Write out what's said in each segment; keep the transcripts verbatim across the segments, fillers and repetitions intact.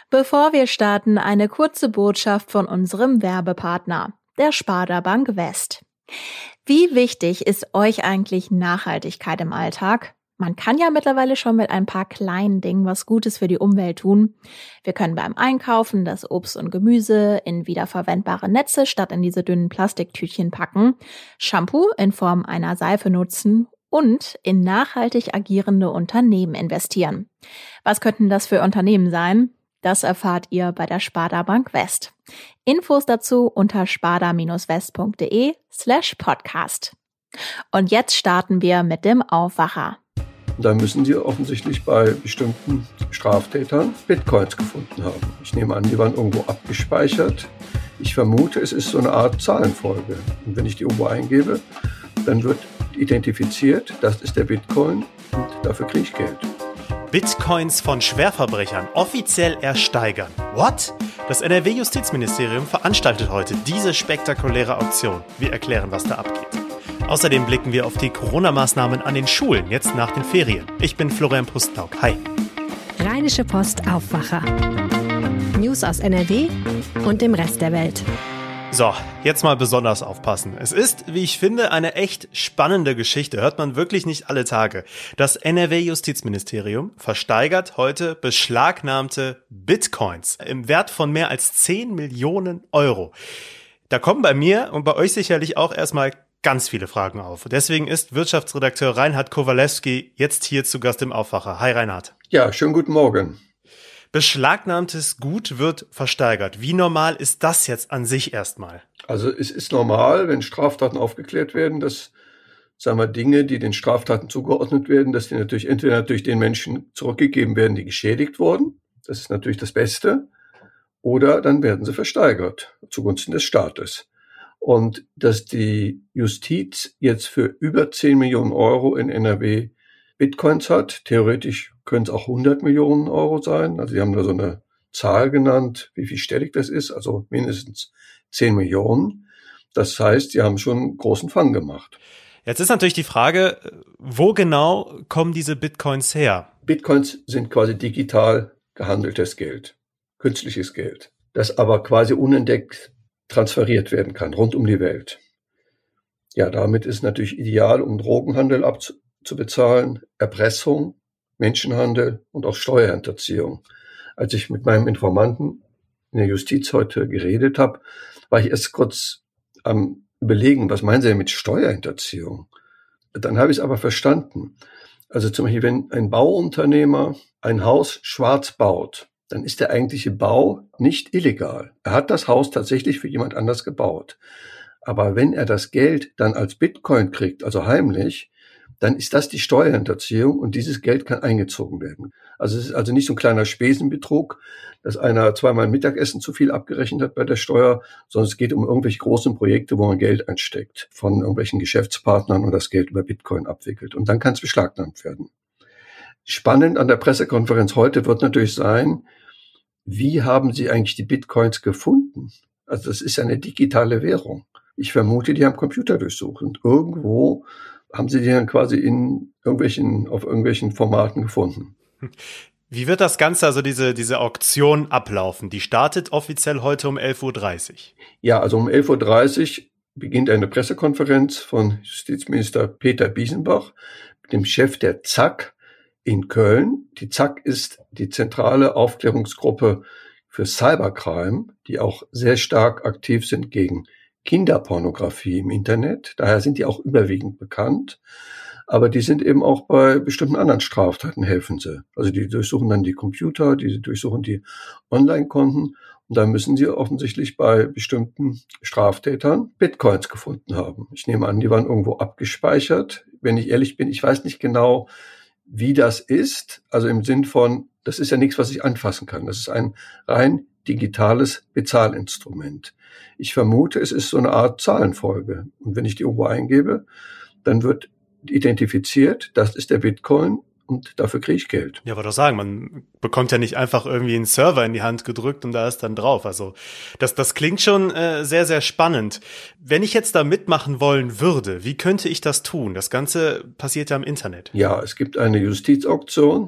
Bevor wir starten, eine kurze Botschaft von unserem Werbepartner, der Sparda Bank West. Wie wichtig ist euch eigentlich Nachhaltigkeit im Alltag? Man kann ja mittlerweile schon mit ein paar kleinen Dingen was Gutes für die Umwelt tun. Wir können beim Einkaufen das Obst und Gemüse in wiederverwendbare Netze statt in diese dünnen Plastiktütchen packen, Shampoo in Form einer Seife nutzen und in nachhaltig agierende Unternehmen investieren. Was könnten das für Unternehmen sein? Das erfahrt ihr bei der Sparda Bank West. Infos dazu unter sparda-west.de slash podcast. Und jetzt starten wir mit dem Aufwacher. Da müssen Sie offensichtlich bei bestimmten Straftätern Bitcoins gefunden haben. Ich nehme an, die waren irgendwo abgespeichert. Ich vermute, es ist so eine Art Zahlenfolge. Und wenn ich die irgendwo eingebe, dann wird identifiziert, das ist der Bitcoin und dafür kriege ich Geld. Bitcoins von Schwerverbrechern offiziell ersteigern. What? Das N R W-Justizministerium veranstaltet heute diese spektakuläre Auktion. Wir erklären, was da abgeht. Außerdem blicken wir auf die Corona-Maßnahmen an den Schulen, jetzt nach den Ferien. Ich bin Florian Pustlauk. Hi. Rheinische Post Aufwacher. News aus N R W und dem Rest der Welt. So, jetzt mal besonders aufpassen. Es ist, wie ich finde, eine echt spannende Geschichte. Hört man wirklich nicht alle Tage. Das N R W-Justizministerium versteigert heute beschlagnahmte Bitcoins im Wert von mehr als zehn Millionen Euro. Da kommen bei mir und bei euch sicherlich auch erstmal ganz viele Fragen auf. Deswegen ist Wirtschaftsredakteur Reinhard Kowalewski jetzt hier zu Gast im Aufwacher. Hi Reinhard. Ja, schönen guten Morgen. Beschlagnahmtes Gut wird versteigert. Wie normal ist das jetzt an sich erstmal? Also es ist normal, wenn Straftaten aufgeklärt werden, dass, sagen wir, Dinge, die den Straftaten zugeordnet werden, dass die natürlich entweder durch den Menschen zurückgegeben werden, die geschädigt wurden. Das ist natürlich das Beste. Oder dann werden sie versteigert zugunsten des Staates. Und dass die Justiz jetzt für über zehn Millionen Euro in N R W Bitcoins hat, theoretisch können es auch hundert Millionen Euro sein. Also die haben da so eine Zahl genannt, wie viel stellig das ist, also mindestens zehn Millionen. Das heißt, die haben schon einen großen Fang gemacht. Jetzt ist natürlich die Frage, wo genau kommen diese Bitcoins her? Bitcoins sind quasi digital gehandeltes Geld, künstliches Geld, das aber quasi unentdeckt transferiert werden kann, rund um die Welt. Ja, damit ist natürlich ideal, um Drogenhandel abzubezahlen, Erpressung, Menschenhandel und auch Steuerhinterziehung. Als ich mit meinem Informanten in der Justiz heute geredet habe, war ich erst kurz am Überlegen, was meinen Sie denn mit Steuerhinterziehung? Dann habe ich es aber verstanden. Also zum Beispiel, wenn ein Bauunternehmer ein Haus schwarz baut, dann ist der eigentliche Bau nicht illegal. Er hat das Haus tatsächlich für jemand anders gebaut. Aber wenn er das Geld dann als Bitcoin kriegt, also heimlich, dann ist das die Steuerhinterziehung und dieses Geld kann eingezogen werden. Also es ist also nicht so ein kleiner Spesenbetrug, dass einer zweimal Mittagessen zu viel abgerechnet hat bei der Steuer, sondern es geht um irgendwelche großen Projekte, wo man Geld einsteckt von irgendwelchen Geschäftspartnern und das Geld über Bitcoin abwickelt. Und dann kann es beschlagnahmt werden. Spannend an der Pressekonferenz heute wird natürlich sein, wie haben Sie eigentlich die Bitcoins gefunden? Also das ist ja eine digitale Währung. Ich vermute, die haben Computer durchsucht und irgendwo haben sie die dann quasi in irgendwelchen, auf irgendwelchen Formaten gefunden. Wie wird das Ganze, also diese, diese Auktion ablaufen? Die startet offiziell heute um elf Uhr dreißig. Ja, also um elf Uhr dreißig beginnt eine Pressekonferenz von Justizminister Peter Biesenbach, dem Chef der Z A K in Köln. Die Z A K ist die zentrale Aufklärungsgruppe für Cybercrime, die auch sehr stark aktiv sind gegen Kinderpornografie im Internet. Daher sind die auch überwiegend bekannt. Aber die sind eben auch bei bestimmten anderen Straftaten helfen sie. Also die durchsuchen dann die Computer, die durchsuchen die Online-Konten. Und da müssen sie offensichtlich bei bestimmten Straftätern Bitcoins gefunden haben. Ich nehme an, die waren irgendwo abgespeichert. Wenn ich ehrlich bin, ich weiß nicht genau, wie das ist. Also im Sinn von, das ist ja nichts, was ich anfassen kann. Das ist ein rein digitales Bezahlinstrument. Ich vermute, es ist so eine Art Zahlenfolge. Und wenn ich die irgendwo eingebe, dann wird identifiziert, das ist der Bitcoin und dafür kriege ich Geld. Ja, wollte doch sagen, man bekommt ja nicht einfach irgendwie einen Server in die Hand gedrückt und da ist dann drauf. Also das, das klingt schon äh, sehr, sehr spannend. Wenn ich jetzt da mitmachen wollen würde, wie könnte ich das tun? Das Ganze passiert ja im Internet. Ja, es gibt eine Justizauktion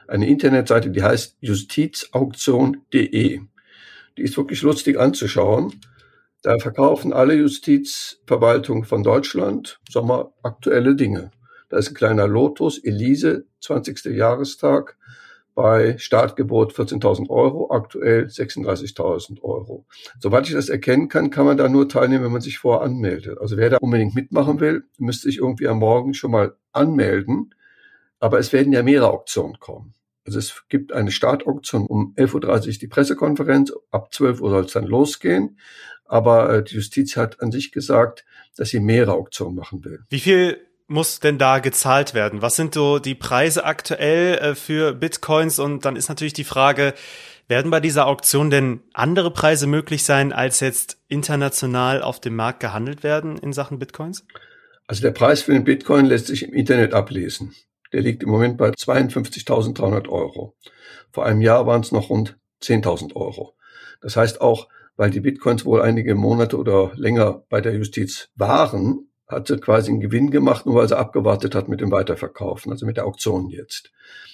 eine Internetseite, die heißt justizauktion punkt de. Die ist wirklich lustig anzuschauen. Da verkaufen alle Justizverwaltungen von Deutschland sommeraktuelle Dinge. Da ist ein kleiner Lotus, Elise, zwanzigsten Jahrestag, bei Startgebot vierzehntausend Euro, aktuell sechsunddreißigtausend Euro. Soweit ich das erkennen kann, kann man da nur teilnehmen, wenn man sich vorher anmeldet. Also wer da unbedingt mitmachen will, müsste sich irgendwie am Morgen schon mal anmelden. Aber es werden ja mehrere Auktionen kommen. Also es gibt eine Startauktion um elf Uhr dreißig die Pressekonferenz, ab zwölf Uhr soll es dann losgehen. Aber die Justiz hat an sich gesagt, dass sie mehrere Auktionen machen will. Wie viel muss denn da gezahlt werden? Was sind so die Preise aktuell äh, für Bitcoins? Und dann ist natürlich die Frage, werden bei dieser Auktion denn andere Preise möglich sein, als jetzt international auf dem Markt gehandelt werden in Sachen Bitcoins? Also der Preis für den Bitcoin lässt sich im Internet ablesen. Der liegt im Moment bei zweiundfünfzigtausenddreihundert Euro. Vor einem Jahr waren es noch rund zehntausend Euro. Das heißt auch, weil die Bitcoins wohl einige Monate oder länger bei der Justiz waren, hat sie quasi einen Gewinn gemacht, nur weil sie abgewartet hat mit dem Weiterverkaufen, also mit der Auktion jetzt.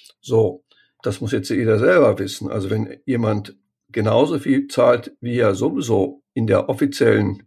So, das muss jetzt jeder selber wissen. Also wenn jemand genauso viel zahlt, wie er sowieso in der offiziellen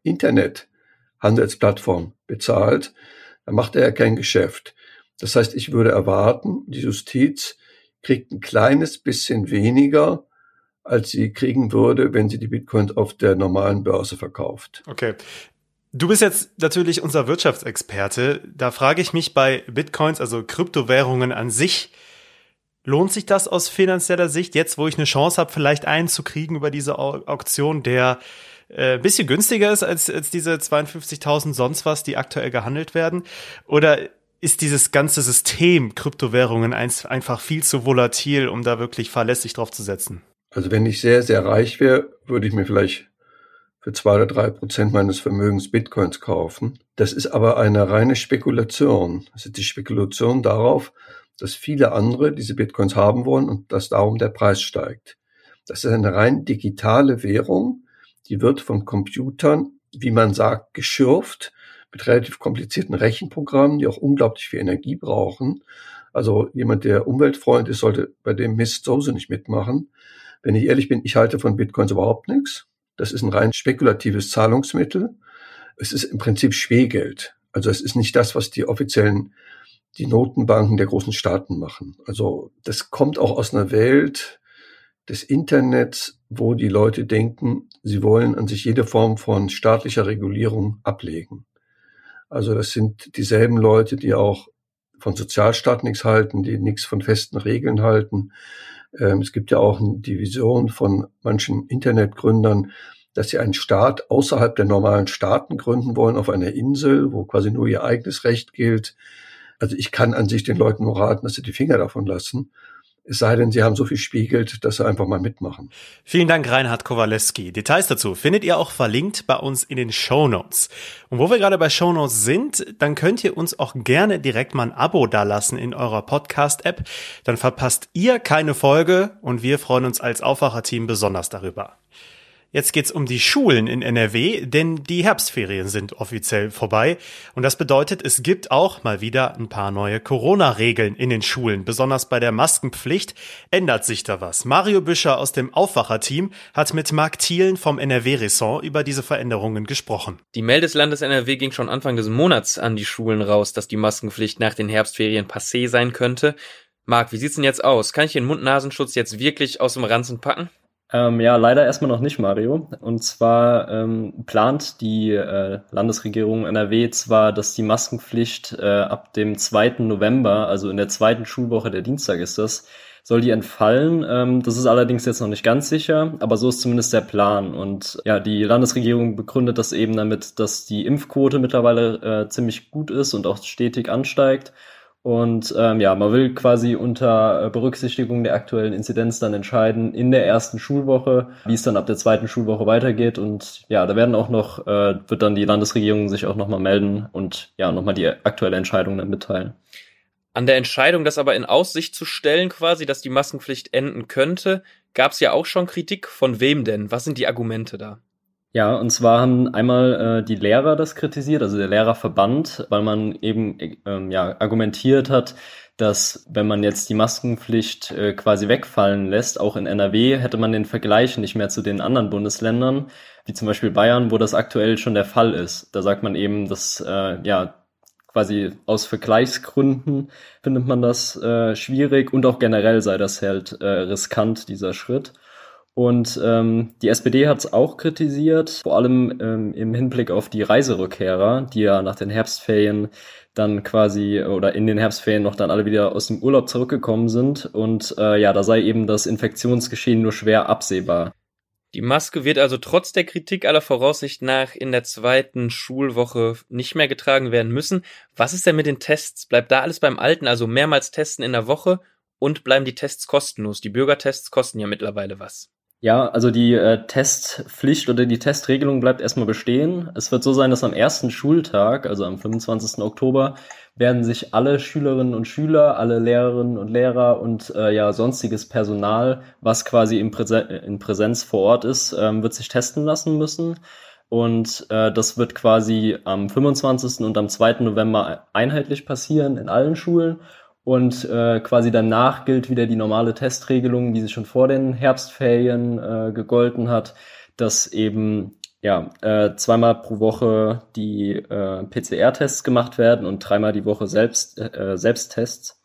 Internethandelsplattform bezahlt, dann macht er ja kein Geschäft. Das heißt, ich würde erwarten, die Justiz kriegt ein kleines bisschen weniger, als sie kriegen würde, wenn sie die Bitcoins auf der normalen Börse verkauft. Okay. Du bist jetzt natürlich unser Wirtschaftsexperte. Da frage ich mich bei Bitcoins, also Kryptowährungen an sich, lohnt sich das aus finanzieller Sicht, jetzt wo ich eine Chance habe, vielleicht einen zu kriegen über diese Auktion, der ein äh, bisschen günstiger ist als, als diese zweiundfünfzigtausend sonst was, die aktuell gehandelt werden? Oder ist dieses ganze System Kryptowährungen einfach viel zu volatil, um da wirklich verlässlich drauf zu setzen? Also wenn ich sehr, sehr reich wäre, würde ich mir vielleicht für zwei oder drei Prozent meines Vermögens Bitcoins kaufen. Das ist aber eine reine Spekulation. Das ist die Spekulation darauf, dass viele andere diese Bitcoins haben wollen und dass darum der Preis steigt. Das ist eine rein digitale Währung, die wird von Computern, wie man sagt, geschürft, mit relativ komplizierten Rechenprogrammen, die auch unglaublich viel Energie brauchen. Also jemand, der Umweltfreund ist, sollte bei dem Mist sowieso nicht mitmachen. Wenn ich ehrlich bin, ich halte von Bitcoins überhaupt nichts. Das ist ein rein spekulatives Zahlungsmittel. Es ist im Prinzip Schwergeld. Also es ist nicht das, was die offiziellen, die Notenbanken der großen Staaten machen. Also das kommt auch aus einer Welt des Internets, wo die Leute denken, sie wollen an sich jede Form von staatlicher Regulierung ablegen. Also das sind dieselben Leute, die auch von Sozialstaat nichts halten, die nichts von festen Regeln halten. Ähm, es gibt ja auch die Vision von manchen Internetgründern, dass sie einen Staat außerhalb der normalen Staaten gründen wollen, auf einer Insel, wo quasi nur ihr eigenes Recht gilt. Also ich kann an sich den Leuten nur raten, dass sie die Finger davon lassen. Es sei denn, sie haben so viel spiegelt, dass sie einfach mal mitmachen. Vielen Dank, Reinhard Kowalewski. Details dazu findet ihr auch verlinkt bei uns in den Shownotes. Und wo wir gerade bei Shownotes sind, dann könnt ihr uns auch gerne direkt mal ein Abo dalassen in eurer Podcast-App. Dann verpasst ihr keine Folge und wir freuen uns als Aufwacherteam besonders darüber. Jetzt geht's um die Schulen in N R W, denn die Herbstferien sind offiziell vorbei. Und das bedeutet, es gibt auch mal wieder ein paar neue Corona-Regeln in den Schulen. Besonders bei der Maskenpflicht ändert sich da was. Mario Büscher aus dem Aufwacherteam hat mit Marc Thielen vom N R W-Ressort über diese Veränderungen gesprochen. Die Mail des Landes N R W ging schon Anfang des Monats an die Schulen raus, dass die Maskenpflicht nach den Herbstferien passé sein könnte. Marc, wie sieht's denn jetzt aus? Kann ich den Mund-Nasenschutz jetzt wirklich aus dem Ranzen packen? Ähm, ja, leider erstmal noch nicht, Mario. Und zwar ähm, plant die äh, Landesregierung N R W zwar, dass die Maskenpflicht äh, ab dem zweiten November, also in der zweiten Schulwoche, der Dienstag ist das, soll die entfallen. Ähm, das ist allerdings jetzt noch nicht ganz sicher, aber so ist zumindest der Plan. Und ja, die Landesregierung begründet das eben damit, dass die Impfquote mittlerweile äh, ziemlich gut ist und auch stetig ansteigt. Und ähm, ja, man will quasi unter Berücksichtigung der aktuellen Inzidenz dann entscheiden in der ersten Schulwoche, wie es dann ab der zweiten Schulwoche weitergeht. Und ja, da werden auch noch, äh, wird dann die Landesregierung sich auch nochmal melden und ja, nochmal die aktuelle Entscheidung dann mitteilen. An der Entscheidung, das aber in Aussicht zu stellen quasi, dass die Maskenpflicht enden könnte, gab es ja auch schon Kritik. Von wem denn? Was sind die Argumente da? Ja, und zwar haben einmal äh, die Lehrer das kritisiert, also der Lehrerverband, weil man eben ähm, ja argumentiert hat, dass wenn man jetzt die Maskenpflicht äh, quasi wegfallen lässt, auch in N R W, hätte man den Vergleich nicht mehr zu den anderen Bundesländern, wie zum Beispiel Bayern, wo das aktuell schon der Fall ist. Da sagt man eben, dass äh, ja quasi aus Vergleichsgründen findet man das äh, schwierig und auch generell sei das halt äh, riskant, dieser Schritt. Und ähm, die S P D hat es auch kritisiert, vor allem ähm, im Hinblick auf die Reiserückkehrer, die ja nach den Herbstferien dann quasi oder in den Herbstferien noch dann alle wieder aus dem Urlaub zurückgekommen sind. Und äh, ja, da sei eben das Infektionsgeschehen nur schwer absehbar. Die Maske wird also trotz der Kritik aller Voraussicht nach in der zweiten Schulwoche nicht mehr getragen werden müssen. Was ist denn mit den Tests? Bleibt da alles beim Alten, also mehrmals testen in der Woche und bleiben die Tests kostenlos? Die Bürgertests kosten ja mittlerweile was. Ja, also die äh, Testpflicht oder die Testregelung bleibt erstmal bestehen. Es wird so sein, dass am ersten Schultag, also am fünfundzwanzigsten Oktober, werden sich alle Schülerinnen und Schüler, alle Lehrerinnen und Lehrer und äh, ja sonstiges Personal, was quasi in, Präsen- in Präsenz vor Ort ist, ähm, wird sich testen lassen müssen. Und äh, das wird quasi am fünfundzwanzigsten und am zweiten November einheitlich passieren in allen Schulen. Und äh, quasi danach gilt wieder die normale Testregelung, wie sie schon vor den Herbstferien äh, gegolten hat, dass eben ja äh, zweimal pro Woche die äh, P C R-Tests gemacht werden und dreimal die Woche selbst äh, Selbsttests.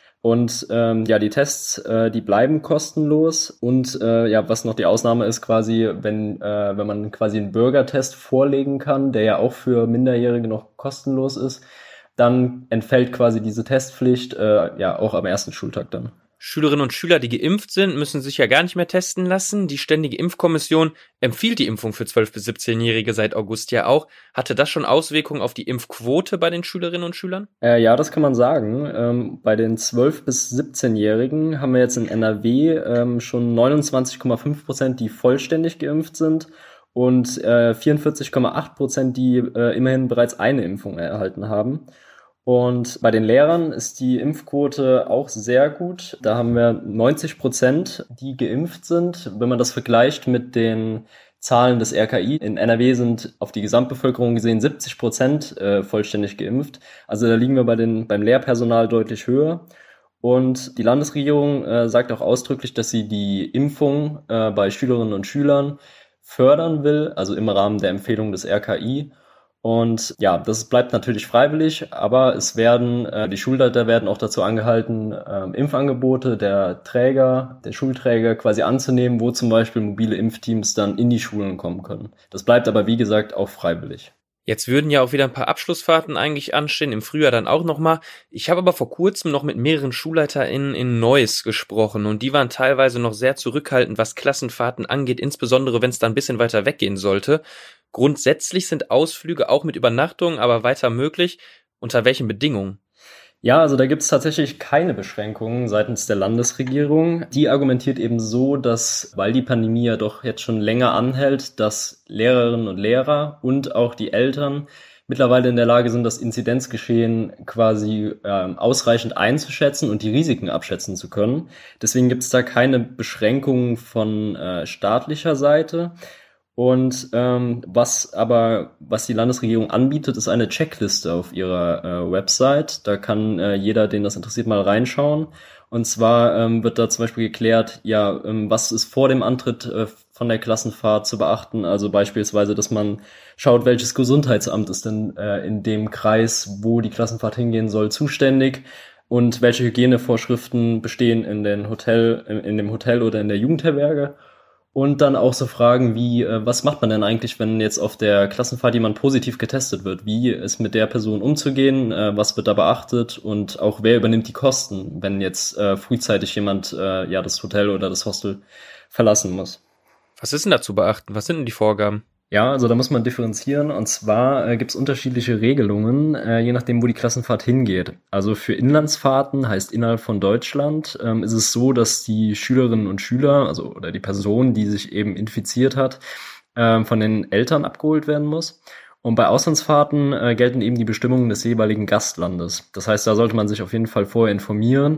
Und ähm, ja, die Tests, äh, die bleiben kostenlos. Und äh, ja, was noch die Ausnahme ist, quasi, wenn äh, wenn man quasi einen Bürgertest vorlegen kann, der ja auch für Minderjährige noch kostenlos ist, dann entfällt quasi diese Testpflicht, äh, ja, auch am ersten Schultag dann. Schülerinnen und Schüler, die geimpft sind, müssen sich ja gar nicht mehr testen lassen. Die Ständige Impfkommission empfiehlt die Impfung für zwölf- bis siebzehnjährige seit August ja auch. Hatte das schon Auswirkungen auf die Impfquote bei den Schülerinnen und Schülern? Äh, ja, das kann man sagen. Ähm, bei den zwölf- bis siebzehnjährigen haben wir jetzt in N R W ähm, schon neunundzwanzig Komma fünf Prozent, die vollständig geimpft sind. Und äh, vierundvierzig Komma acht Prozent, die äh, immerhin bereits eine Impfung erhalten haben. Und bei den Lehrern ist die Impfquote auch sehr gut. Da haben wir neunzig Prozent, die geimpft sind. Wenn man das vergleicht mit den Zahlen des R K I, in N R W sind auf die Gesamtbevölkerung gesehen siebzig Prozent äh, vollständig geimpft. Also da liegen wir bei den, beim Lehrpersonal deutlich höher. Und die Landesregierung äh, sagt auch ausdrücklich, dass sie die Impfung äh, bei Schülerinnen und Schülern fördern will, also im Rahmen der Empfehlung des R K I. Und ja, das bleibt natürlich freiwillig, aber es werden, äh, die Schulleiter werden auch dazu angehalten, äh, Impfangebote der Träger, der Schulträger quasi anzunehmen, wo zum Beispiel mobile Impfteams dann in die Schulen kommen können. Das bleibt aber, wie gesagt, auch freiwillig. Jetzt würden ja auch wieder ein paar Abschlussfahrten eigentlich anstehen, im Frühjahr dann auch nochmal. Ich habe aber vor kurzem noch mit mehreren SchulleiterInnen in Neuss gesprochen und die waren teilweise noch sehr zurückhaltend, was Klassenfahrten angeht, insbesondere wenn es dann ein bisschen weiter weggehen sollte. Grundsätzlich sind Ausflüge auch mit Übernachtung aber weiter möglich. Unter welchen Bedingungen? Ja, also da gibt es tatsächlich keine Beschränkungen seitens der Landesregierung. Die argumentiert eben so, dass, weil die Pandemie ja doch jetzt schon länger anhält, dass Lehrerinnen und Lehrer und auch die Eltern mittlerweile in der Lage sind, das Inzidenzgeschehen quasi äh, ausreichend einzuschätzen und die Risiken abschätzen zu können. Deswegen gibt es da keine Beschränkungen von äh, staatlicher Seite. Und ähm, was aber, was die Landesregierung anbietet, ist eine Checkliste auf ihrer äh, Website. Da kann äh, jeder, den das interessiert, mal reinschauen. Und zwar ähm, wird da zum Beispiel geklärt, ja, ähm, was ist vor dem Antritt äh, von der Klassenfahrt zu beachten. Also beispielsweise, dass man schaut, welches Gesundheitsamt ist denn äh, in dem Kreis, wo die Klassenfahrt hingehen soll, zuständig. Und welche Hygienevorschriften bestehen in, den Hotel, in, in dem Hotel oder in der Jugendherberge. Und dann auch so Fragen wie, äh, was macht man denn eigentlich, wenn jetzt auf der Klassenfahrt jemand positiv getestet wird? Wie ist mit der Person umzugehen? Äh, was wird da beachtet? Und auch wer übernimmt die Kosten, wenn jetzt äh, frühzeitig jemand äh, ja das Hotel oder das Hostel verlassen muss? Was ist denn da zu beachten? Was sind denn die Vorgaben? Ja, also da muss man differenzieren. Und zwar äh, gibt es unterschiedliche Regelungen, äh, je nachdem, wo die Klassenfahrt hingeht. Also für Inlandsfahrten, heißt innerhalb von Deutschland, ähm, ist es so, dass die Schülerinnen und Schüler, also oder die Person, die sich eben infiziert hat, äh, von den Eltern abgeholt werden muss. Und bei Auslandsfahrten äh, gelten eben die Bestimmungen des jeweiligen Gastlandes. Das heißt, da sollte man sich auf jeden Fall vorher informieren,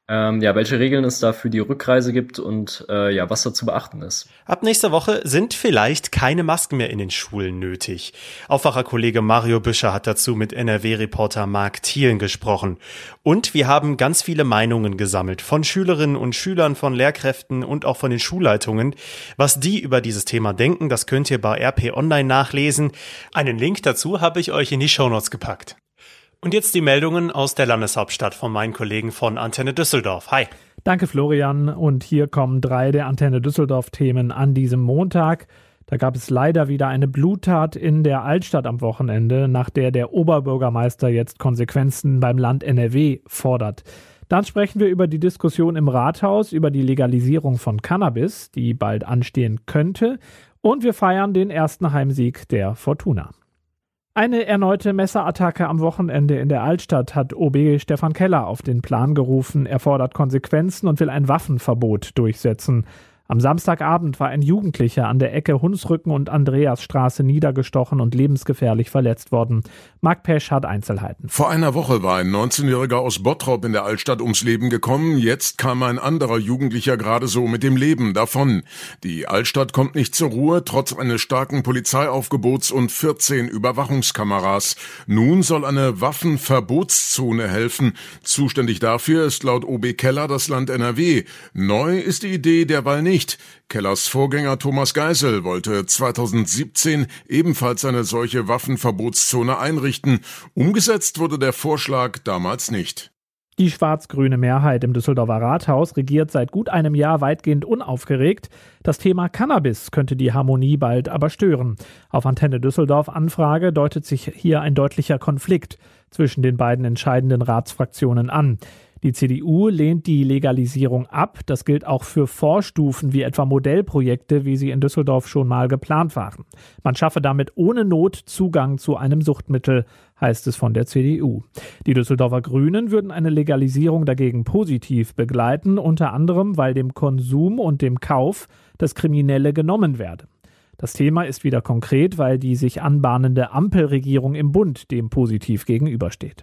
Ähm, ja, welche Regeln es da für die Rückreise gibt und äh, ja, was da zu beachten ist. Ab nächster Woche sind vielleicht keine Masken mehr in den Schulen nötig. Aufwacherkollege Mario Büscher hat dazu mit N R W-Reporter Marc Thielen gesprochen. Und wir haben ganz viele Meinungen gesammelt von Schülerinnen und Schülern, von Lehrkräften und auch von den Schulleitungen. Was die über dieses Thema denken, das könnt ihr bei R P Online nachlesen. Einen Link dazu habe ich euch in die Shownotes gepackt. Und jetzt die Meldungen aus der Landeshauptstadt von meinen Kollegen von Antenne Düsseldorf. Hi. Danke Florian, und hier kommen drei der Antenne Düsseldorf-Themen an diesem Montag. Da gab es leider wieder eine Bluttat in der Altstadt am Wochenende, nach der der Oberbürgermeister jetzt Konsequenzen beim Land N R W fordert. Dann sprechen wir über die Diskussion im Rathaus über die Legalisierung von Cannabis, die bald anstehen könnte. Und wir feiern den ersten Heimsieg der Fortuna. Eine erneute Messerattacke am Wochenende in der Altstadt hat O B Stefan Keller auf den Plan gerufen. Er fordert Konsequenzen und will ein Waffenverbot durchsetzen. Am Samstagabend war ein Jugendlicher an der Ecke Hunsrücken und Andreasstraße niedergestochen und lebensgefährlich verletzt worden. Marc Pesch hat Einzelheiten. Vor einer Woche war ein neunzehnjähriger aus Bottrop in der Altstadt ums Leben gekommen. Jetzt kam ein anderer Jugendlicher gerade so mit dem Leben davon. Die Altstadt kommt nicht zur Ruhe, trotz eines starken Polizeiaufgebots und vierzehn Überwachungskameras. Nun soll eine Waffenverbotszone helfen. Zuständig dafür ist laut O B Keller das Land N R W. Neu ist die Idee derweil nicht. Kellers Vorgänger Thomas Geisel wollte zweitausendsiebzehn ebenfalls eine solche Waffenverbotszone einrichten. Umgesetzt wurde der Vorschlag damals nicht. Die schwarz-grüne Mehrheit im Düsseldorfer Rathaus regiert seit gut einem Jahr weitgehend unaufgeregt. Das Thema Cannabis könnte die Harmonie bald aber stören. Auf Antenne Düsseldorf Anfrage deutet sich hier ein deutlicher Konflikt zwischen den beiden entscheidenden Ratsfraktionen an. Die C D U lehnt die Legalisierung ab. Das gilt auch für Vorstufen wie etwa Modellprojekte, wie sie in Düsseldorf schon mal geplant waren. Man schaffe damit ohne Not Zugang zu einem Suchtmittel, heißt es von der C D U. Die Düsseldorfer Grünen würden eine Legalisierung dagegen positiv begleiten, unter anderem, weil dem Konsum und dem Kauf das Kriminelle genommen werde. Das Thema ist wieder konkret, weil die sich anbahnende Ampelregierung im Bund dem positiv gegenübersteht.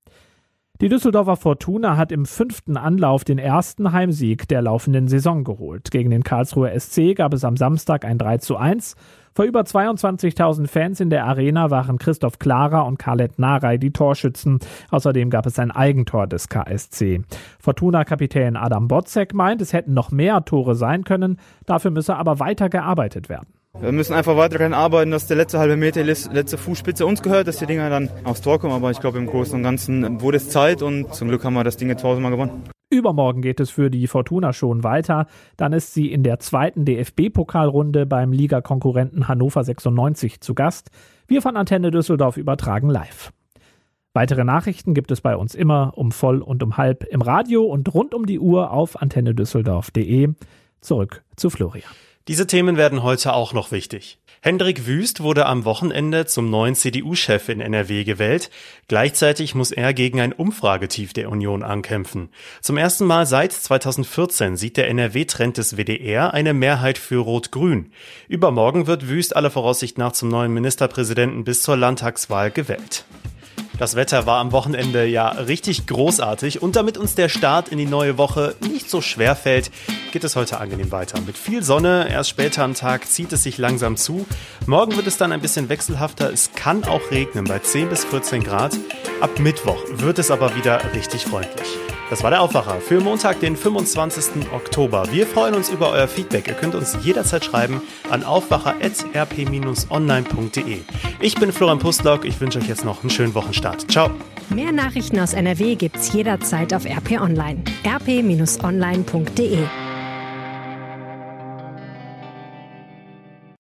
Die Düsseldorfer Fortuna hat im fünften Anlauf den ersten Heimsieg der laufenden Saison geholt. Gegen den Karlsruher S C gab es am Samstag ein drei zu eins. Vor über zweiundzwanzigtausend Fans in der Arena waren Christoph Klara und Khaled Narey die Torschützen. Außerdem gab es ein Eigentor des K S C. Fortuna-Kapitän Adam Botzek meint, es hätten noch mehr Tore sein können. Dafür müsse aber weiter gearbeitet werden. Wir müssen einfach weiter daran arbeiten, dass der letzte halbe Meter, die letzte Fußspitze uns gehört, dass die Dinger dann aufs Tor kommen. Aber ich glaube, im Großen und Ganzen wurde es Zeit und zum Glück haben wir das Ding jetzt tausendmal gewonnen. Übermorgen geht es für die Fortuna schon weiter. Dann ist sie in der zweiten D F B-Pokalrunde beim Ligakonkurrenten Hannover sechsundneunzig zu Gast. Wir von Antenne Düsseldorf übertragen live. Weitere Nachrichten gibt es bei uns immer um voll und um halb im Radio und rund um die Uhr auf antenne düsseldorf punkt de. Zurück zu Florian. Diese Themen werden heute auch noch wichtig. Hendrik Wüst wurde am Wochenende zum neuen C D U-Chef in N R W gewählt. Gleichzeitig muss er gegen ein Umfragetief der Union ankämpfen. Zum ersten Mal seit zweitausendvierzehn sieht der N R W-Trend des W D R eine Mehrheit für Rot-Grün. Übermorgen wird Wüst aller Voraussicht nach zum neuen Ministerpräsidenten bis zur Landtagswahl gewählt. Das Wetter war am Wochenende ja richtig großartig und damit uns der Start in die neue Woche nicht so schwer fällt, geht es heute angenehm weiter. Mit viel Sonne, erst später am Tag zieht es sich langsam zu. Morgen wird es dann ein bisschen wechselhafter, es kann auch regnen bei zehn bis vierzehn Grad. Ab Mittwoch wird es aber wieder richtig freundlich. Das war der Aufwacher für Montag, den fünfundzwanzigsten Oktober. Wir freuen uns über euer Feedback. Ihr könnt uns jederzeit schreiben an aufwacher at r p dash online punkt de. Ich bin Florian Pustlock. Ich wünsche euch jetzt noch einen schönen Wochenstart. Ciao. Mehr Nachrichten aus N R W gibt's jederzeit auf R P Online. r p dash online punkt de.